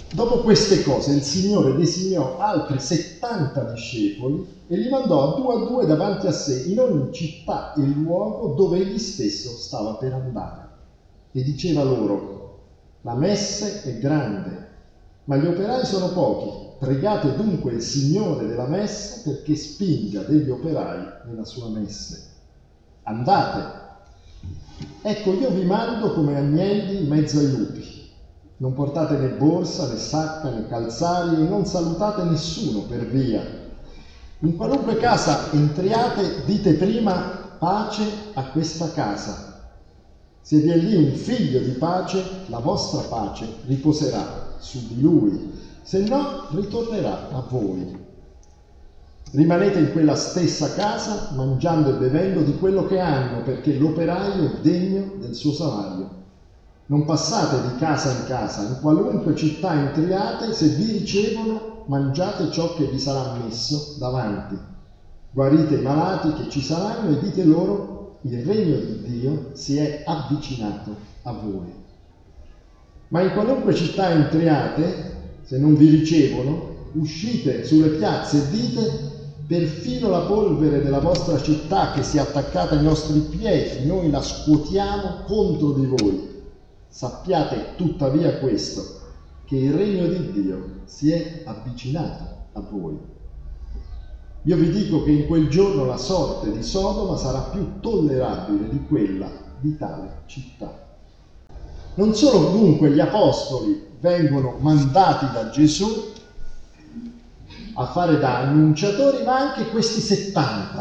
Dopo queste cose il Signore designò altri 70 discepoli e li mandò a due davanti a sé in ogni città e luogo dove egli stesso stava per andare. E diceva loro: la messe è grande, ma gli operai sono pochi. Pregate dunque il Signore della messe perché spinga degli operai nella sua messe. Andate. Ecco, io vi mando come agnelli in mezzo ai lupi. Non portate né borsa, né sacca, né calzari e non salutate nessuno per via. In qualunque casa entriate, dite prima pace a questa casa. Se vi è lì un figlio di pace, la vostra pace riposerà su di lui, se no ritornerà a voi. Rimanete in quella stessa casa, mangiando e bevendo di quello che hanno, perché l'operaio è degno del suo salario. Non passate di casa in casa, in qualunque città entriate, se vi ricevono, mangiate ciò che vi sarà messo davanti. Guarite i malati che ci saranno e dite loro: il regno di Dio si è avvicinato a voi. Ma in qualunque città entriate, se non vi ricevono, uscite sulle piazze e dite: perfino la polvere della vostra città che si è attaccata ai nostri piedi, noi la scuotiamo contro di voi. Sappiate tuttavia questo, che il regno di Dio si è avvicinato a voi. Io vi dico che in quel giorno la sorte di Sodoma sarà più tollerabile di quella di tale città. Non solo dunque gli apostoli vengono mandati da Gesù a fare da annunciatori, ma anche questi 70.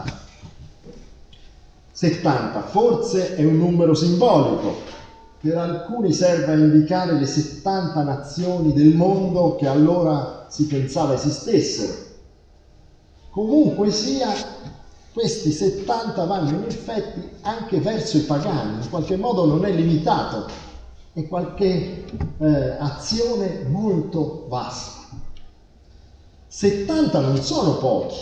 70 forse è un numero simbolico. Per alcuni serve a indicare le 70 nazioni del mondo che allora si pensava esistessero. Comunque sia, questi 70 vanno in effetti anche verso i pagani, in qualche modo non è limitato, è qualche azione molto vasta. 70 non sono pochi,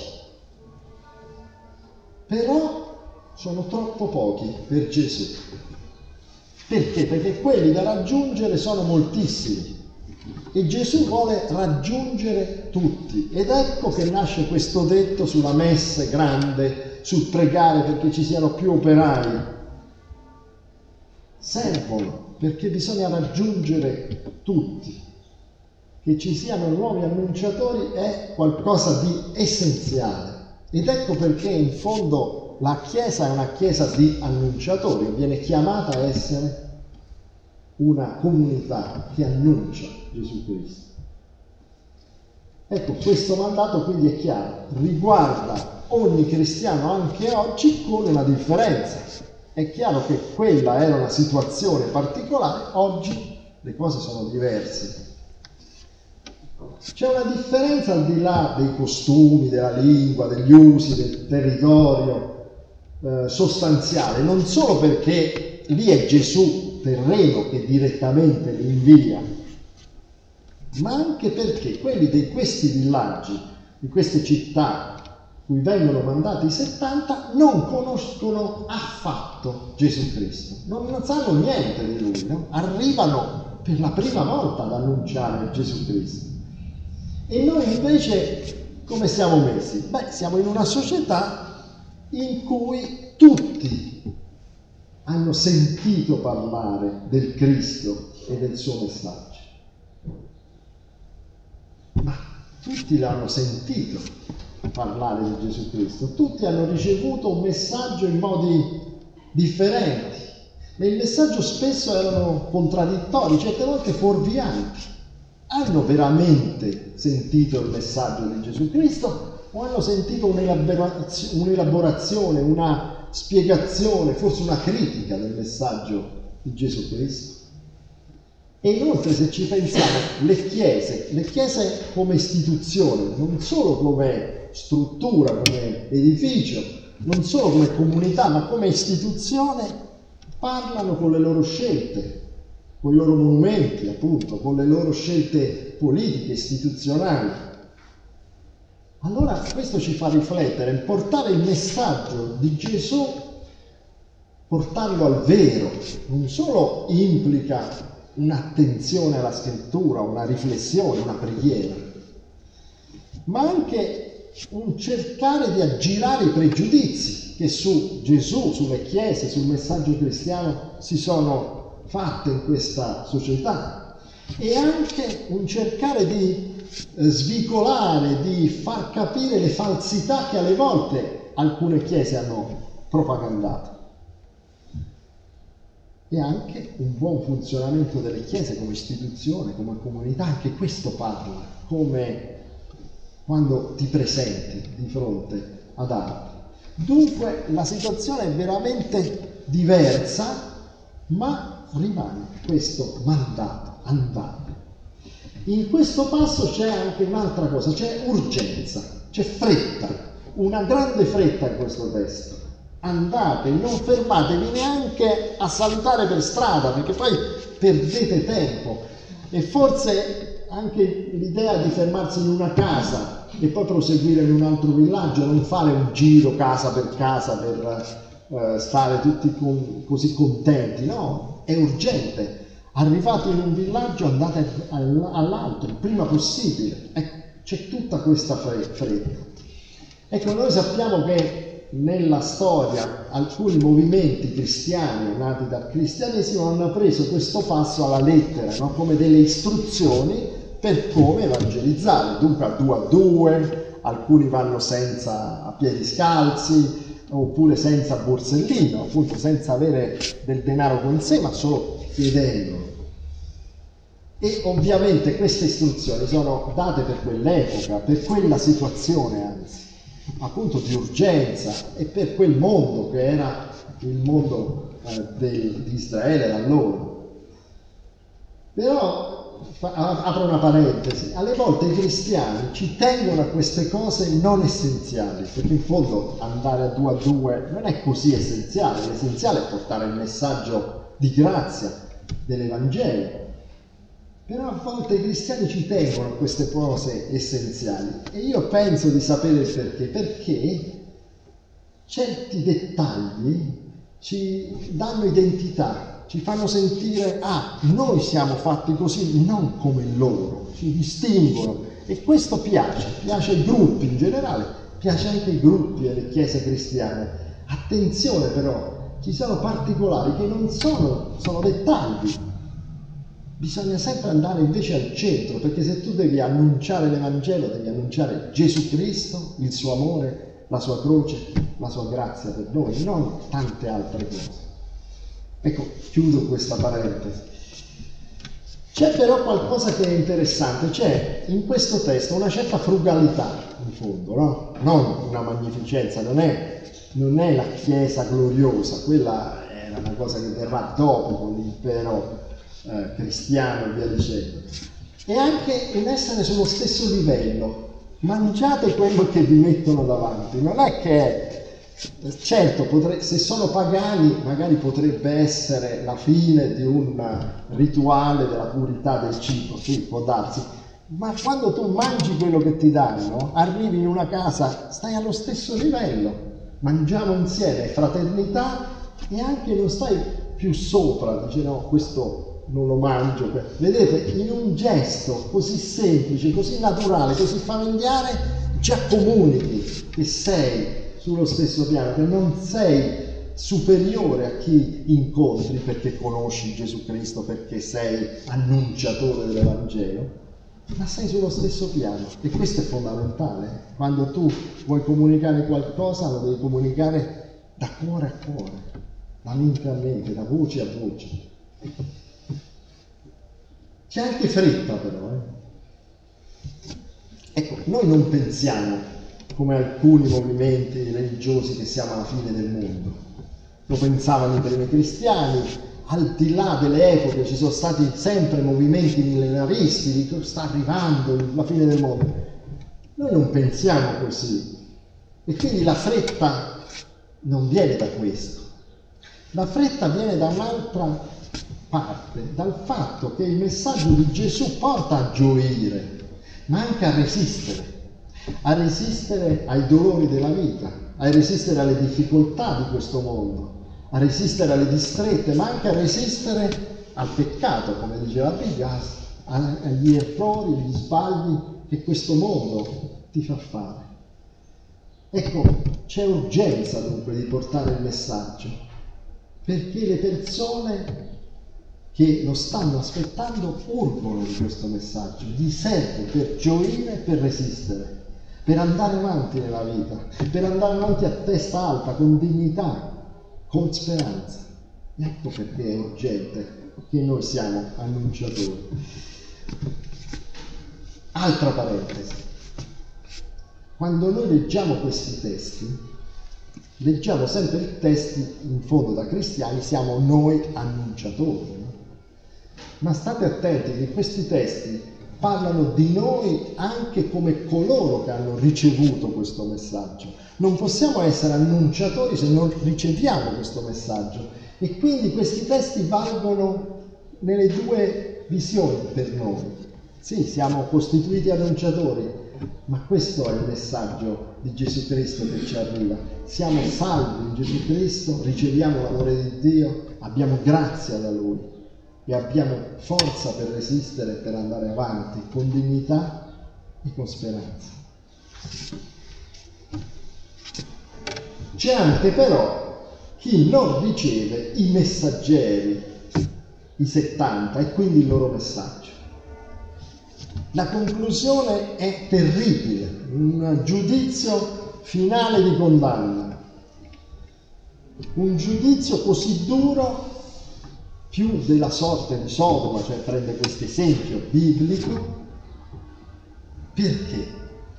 però sono troppo pochi per Gesù. Perché? Perché quelli da raggiungere sono moltissimi e Gesù vuole raggiungere tutti. Ed ecco che nasce questo detto sulla messe grande, sul pregare perché ci siano più operai. Servono perché bisogna raggiungere tutti. Che ci siano nuovi annunciatori è qualcosa di essenziale. Ed ecco perché in fondo la Chiesa è una Chiesa di annunciatori, viene chiamata a essere una comunità che annuncia Gesù Cristo. Ecco, questo mandato quindi è chiaro, riguarda ogni cristiano anche oggi con una differenza. È chiaro che quella era una situazione particolare, oggi le cose sono diverse. C'è una differenza al di là dei costumi, della lingua, degli usi, del territorio sostanziale, non solo perché lì è Gesù terreno che direttamente li invia, ma anche perché quelli di questi villaggi, di queste città cui vengono mandati i 70, non conoscono affatto Gesù Cristo, non sanno niente di Lui, no? Arrivano per la prima volta ad annunciare Gesù Cristo. E noi invece come siamo messi? Beh, siamo in una società in cui tutti hanno sentito parlare del Cristo e del suo messaggio. Ma tutti l'hanno sentito parlare di Gesù Cristo, tutti hanno ricevuto un messaggio in modi differenti e il messaggio spesso erano contraddittori, certe volte fuorvianti. Hanno veramente sentito il messaggio di Gesù Cristo o hanno sentito un'elaborazione, una spiegazione, forse una critica del messaggio di Gesù Cristo? E inoltre, se ci pensiamo, le chiese come istituzione, non solo come struttura, come edificio, non solo come comunità, ma come istituzione, parlano con le loro scelte, con i loro monumenti, appunto, con le loro scelte politiche, istituzionali. Allora questo ci fa riflettere, portare il messaggio di Gesù, portarlo al vero, non solo implica un'attenzione alla scrittura, una riflessione, una preghiera, ma anche un cercare di aggirare i pregiudizi che su Gesù, sulle chiese, sul messaggio cristiano si sono fatte in questa società, e anche un cercare di svicolare, di far capire le falsità che alle volte alcune chiese hanno propagandato. E anche un buon funzionamento delle chiese come istituzione, come comunità, anche questo parla, come quando ti presenti di fronte ad altri. Dunque la situazione è veramente diversa, ma rimane questo mandato, andate. In questo passo c'è anche un'altra cosa, c'è urgenza, c'è fretta, una grande fretta in questo testo. Andate, non fermatevi neanche a salutare per strada, perché poi perdete tempo. E forse anche l'idea di fermarsi in una casa e poi proseguire in un altro villaggio, non fare un giro casa per stare tutti così contenti, no, è urgente. Arrivati in un villaggio andate all'altro il prima possibile. C'è tutta questa fretta. Ecco, noi sappiamo che nella storia alcuni movimenti cristiani nati dal cristianesimo hanno preso questo passo alla lettera, no? Come delle istruzioni per come evangelizzare, dunque a due, alcuni vanno a piedi scalzi, oppure senza borsellino, appunto senza avere del denaro con sé, ma solo chiedendolo. E ovviamente queste istruzioni sono date per quell'epoca, per quella situazione, anzi, appunto di urgenza, e per quel mondo che era il mondo di Israele allora. Però apro una parentesi, alle volte i cristiani ci tengono a queste cose non essenziali, perché in fondo andare a due non è così essenziale, l'essenziale è portare il messaggio di grazia dell'Evangelo. Però a volte i cristiani ci tengono a queste cose essenziali, e io penso di sapere il perché certi dettagli ci danno identità, ci fanno sentire, noi siamo fatti così, non come loro, ci distinguono, e questo piace ai gruppi in generale, piace anche ai gruppi e alle chiese cristiane. Attenzione però, ci sono particolari che non sono dettagli. Bisogna sempre andare invece al centro, perché se tu devi annunciare l'Evangelo, devi annunciare Gesù Cristo, il suo amore, la sua croce, la sua grazia per noi, non tante altre cose. Ecco, chiudo questa parentesi. C'è però qualcosa che è interessante, c'è in questo testo una certa frugalità, in fondo, no? Non una magnificenza, non è la Chiesa gloriosa, quella è una cosa che verrà dopo con l'impero cristiano e via dicendo. E anche un essere sullo stesso livello. Mangiate quello che vi mettono davanti. Non è che certo, se sono pagani magari potrebbe essere la fine di un rituale della purità del cibo, sì, può darsi, ma quando tu mangi quello che ti danno, arrivi in una casa, stai allo stesso livello, mangiamo insieme, fraternità, e anche non stai più sopra, dice no, questo non lo mangio. Vedete, in un gesto così semplice, così naturale, così familiare, già comunichi che sei sullo stesso piano, che non sei superiore a chi incontri perché conosci Gesù Cristo, perché sei annunciatore dell'Evangelo, ma sei sullo stesso piano. E questo è fondamentale. Quando tu vuoi comunicare qualcosa, lo devi comunicare da cuore a cuore, da mente a mente, da voce a voce. C'è anche fretta però. Ecco, noi non pensiamo come alcuni movimenti religiosi che siamo alla fine del mondo. Lo pensavano i primi cristiani, al di là delle epoche ci sono stati sempre movimenti millenaristi, sta arrivando la fine del mondo. Noi non pensiamo così, e quindi la fretta non viene da questo. La fretta viene da un'altra parte, dal fatto che il messaggio di Gesù porta a gioire, ma anche a resistere ai dolori della vita, a resistere alle difficoltà di questo mondo, a resistere alle distrette, ma anche a resistere al peccato, come diceva la Bibbia, agli errori, agli sbagli che questo mondo ti fa fare. Ecco, c'è urgenza dunque di portare il messaggio, perché le persone che lo stanno aspettando urgono di questo messaggio, gli serve per gioire e per resistere, per andare avanti nella vita, per andare avanti a testa alta, con dignità, con speranza. Ecco perché è urgente che noi siamo annunciatori. Altra parentesi. Quando noi leggiamo questi testi, leggiamo sempre i testi, in fondo da cristiani, siamo noi annunciatori. No? Ma state attenti che questi testi parlano di noi anche come coloro che hanno ricevuto questo messaggio. Non possiamo essere annunciatori se non riceviamo questo messaggio. E quindi questi testi valgono nelle due visioni per noi. Sì, siamo costituiti annunciatori, ma questo è il messaggio di Gesù Cristo che ci arriva. Siamo salvi in Gesù Cristo, riceviamo l'amore di Dio, abbiamo grazia da Lui e abbiamo forza per resistere e per andare avanti con dignità e con speranza. C'è anche però chi non riceve i messaggeri, i 70, e quindi il loro messaggio. La conclusione è terribile, un giudizio finale di condanna, un giudizio così duro, più della sorte di Sodoma, cioè prende questo esempio biblico. Perché?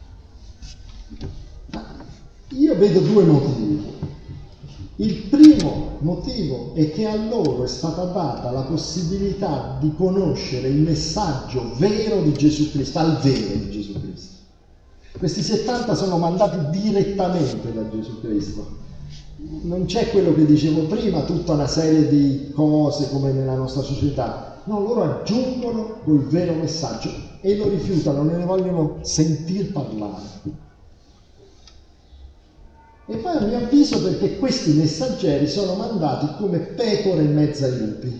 Io vedo due motivi. Il primo motivo è che a loro è stata data la possibilità di conoscere il messaggio vero di Gesù Cristo, al vero di Gesù Cristo. Questi 70 sono mandati direttamente da Gesù Cristo. Non c'è quello che dicevo prima, tutta una serie di cose come nella nostra società. No, loro aggiungono quel vero messaggio e lo rifiutano, non ne vogliono sentir parlare. E poi a mio avviso perché questi messaggeri sono mandati come pecore in mezzo ai lupi.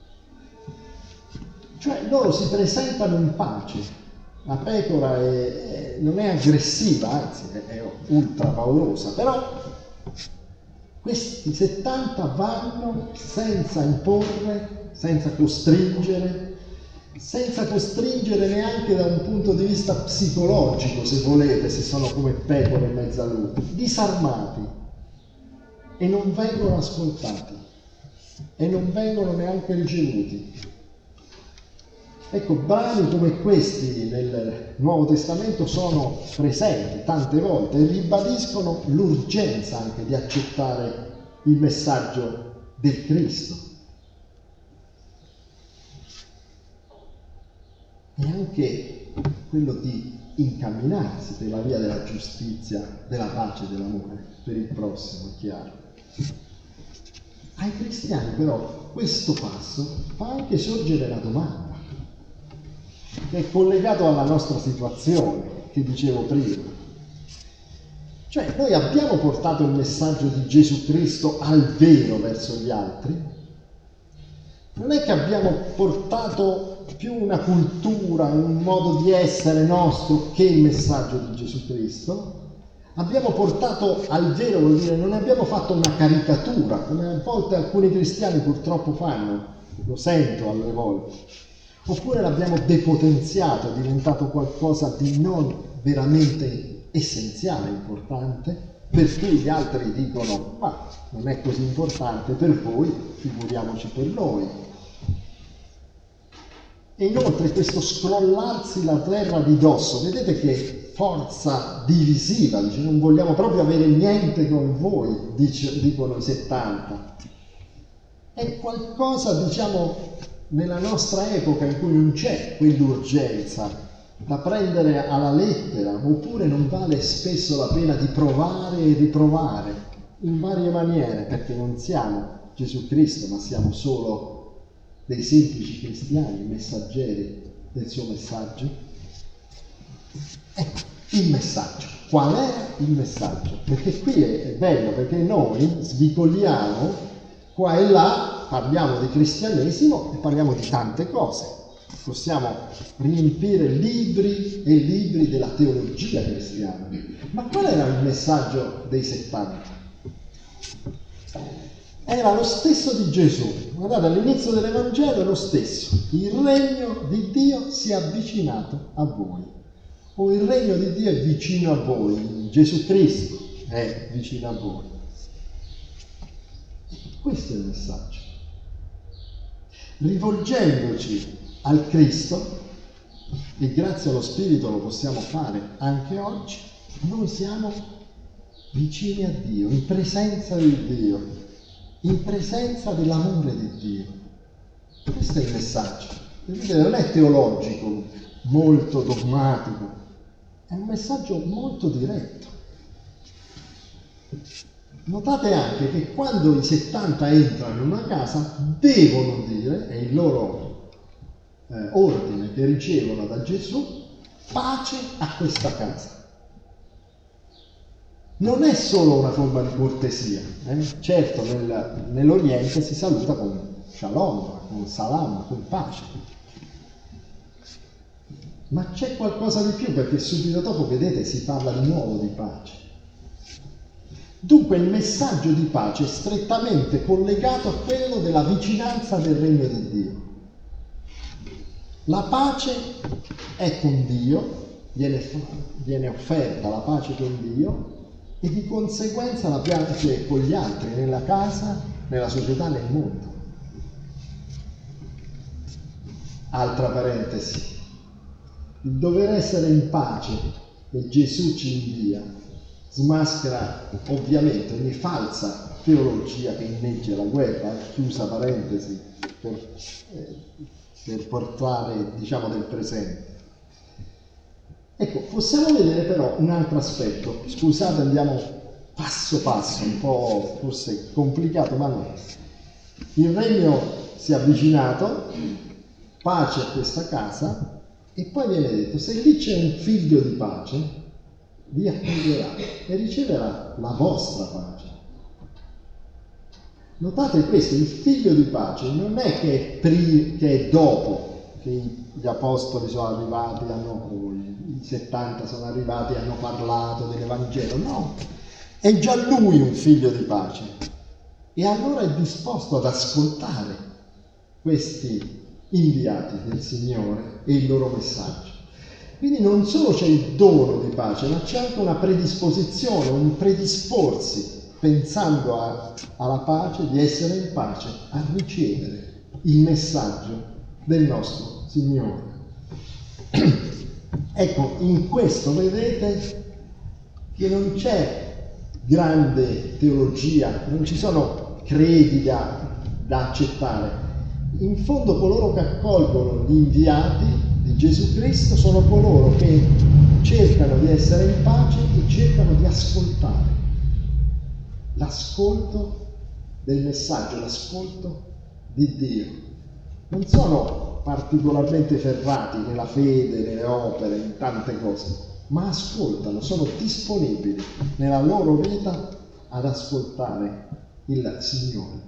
Cioè loro si presentano in pace. La pecora non è aggressiva, anzi è ultra paurosa, però questi 70 vanno senza imporre, senza costringere neanche da un punto di vista psicologico, se volete, se sono come pecore in mezzo a lupi, disarmati, e non vengono ascoltati e non vengono neanche ricevuti. Ecco, brani come questi nel Nuovo Testamento sono presenti tante volte e ribadiscono l'urgenza anche di accettare il messaggio del Cristo. E anche quello di incamminarsi per la via della giustizia, della pace, dell'amore per il prossimo, è chiaro. Ai cristiani però questo passo fa anche sorgere la domanda, che è collegato alla nostra situazione, che dicevo prima. Cioè, noi abbiamo portato il messaggio di Gesù Cristo al vero verso gli altri? Non è che abbiamo portato più una cultura, un modo di essere nostro che il messaggio di Gesù Cristo. Abbiamo portato al vero, vuol dire non ne abbiamo fatto una caricatura, come a volte alcuni cristiani purtroppo fanno, lo sento alle volte. Oppure l'abbiamo depotenziato, è diventato qualcosa di non veramente essenziale, importante, perché gli altri dicono ma non è così importante per voi, figuriamoci per noi. E inoltre questo scrollarsi la terra di dosso, vedete che forza divisiva, dice non vogliamo proprio avere niente con voi, dicono i 70. È qualcosa, diciamo, nella nostra epoca in cui non c'è quell'urgenza da prendere alla lettera, oppure non vale spesso la pena di provare e riprovare in varie maniere, perché non siamo Gesù Cristo, ma siamo solo dei semplici cristiani, messaggeri del suo messaggio. Ecco, il messaggio. Qual è il messaggio? Perché qui è bello, perché noi svicoliamo qua e là parliamo di cristianesimo e parliamo di tante cose. Possiamo riempire libri e libri della teologia cristiana. Ma qual era il messaggio dei 70? Era lo stesso di Gesù. Guardate, all'inizio dell'Evangelo è lo stesso. Il regno di Dio si è avvicinato a voi. O il regno di Dio è vicino a voi. Gesù Cristo è vicino a voi. Questo è il messaggio. Rivolgendoci al Cristo, e grazie allo Spirito lo possiamo fare anche oggi, noi siamo vicini a Dio, in presenza di Dio, in presenza dell'amore di Dio. Questo è il messaggio. Vedete, non è teologico, molto dogmatico, è un messaggio molto diretto. Notate anche che quando i 70 entrano in una casa devono dire, è il loro ordine che ricevono da Gesù, pace a questa casa. Non è solo una forma di cortesia, certo nell'Oriente si saluta con shalom, con salam, con pace, ma c'è qualcosa di più, perché subito dopo, vedete, si parla di nuovo di pace. Dunque il messaggio di pace è strettamente collegato a quello della vicinanza del regno di Dio. La pace è con Dio, viene offerta la pace con Dio, e di conseguenza la pace con gli altri, nella casa, nella società, nel mondo. Altra parentesi, il dover essere in pace che Gesù ci invia smaschera ovviamente ogni falsa teologia che inneggia la guerra, chiusa parentesi per portare, diciamo, del presente. Ecco, possiamo vedere però un altro aspetto. Scusate, andiamo passo passo, un po' forse complicato, ma no. Il regno si è avvicinato, pace a questa casa, e poi viene detto, se lì c'è un figlio di pace, vi accoglierà e riceverà la vostra pace. Notate questo, il figlio di pace non è che è dopo che gli apostoli sono arrivati, i 70 sono arrivati e hanno parlato dell'Evangelo, no, è già lui un figlio di pace, e allora è disposto ad ascoltare questi inviati del Signore e il loro messaggio. Quindi non solo c'è il dono di pace, ma c'è anche una predisposizione, un predisporsi, pensando alla pace, di essere in pace, a ricevere il messaggio del nostro Signore. Ecco, in questo vedete che non c'è grande teologia, non ci sono credi da accettare. In fondo coloro che accolgono gli inviati di Gesù Cristo sono coloro che cercano di essere in pace e cercano di ascoltare. L'ascolto del messaggio, l'ascolto di Dio. Non sono particolarmente ferrati nella fede, nelle opere, in tante cose, ma ascoltano, sono disponibili nella loro vita ad ascoltare il Signore.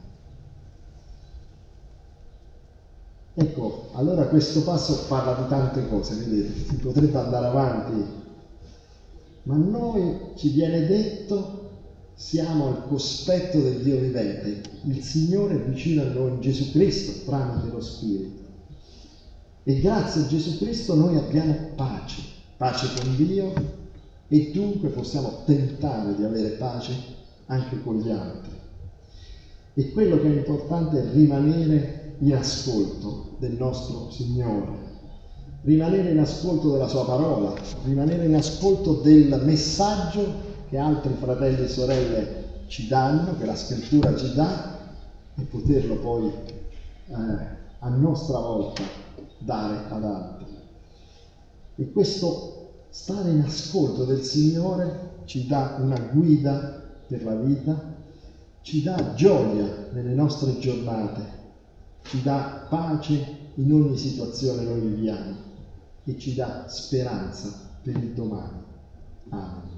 Ecco, allora questo passo parla di tante cose, vedete, si potrebbe andare avanti, ma noi, ci viene detto, siamo al cospetto del Dio vivente, il Signore è vicino a noi in Gesù Cristo tramite lo Spirito. E grazie a Gesù Cristo noi abbiamo pace con Dio, e dunque possiamo tentare di avere pace anche con gli altri. E quello che è importante è rimanere in ascolto del nostro Signore, rimanere in ascolto della Sua parola, rimanere in ascolto del messaggio che altri fratelli e sorelle ci danno, che la Scrittura ci dà, e poterlo poi a nostra volta dare ad altri. E questo stare in ascolto del Signore ci dà una guida per la vita, ci dà gioia nelle nostre giornate, ci dà pace in ogni situazione noi viviamo e ci dà speranza per il domani. Amen.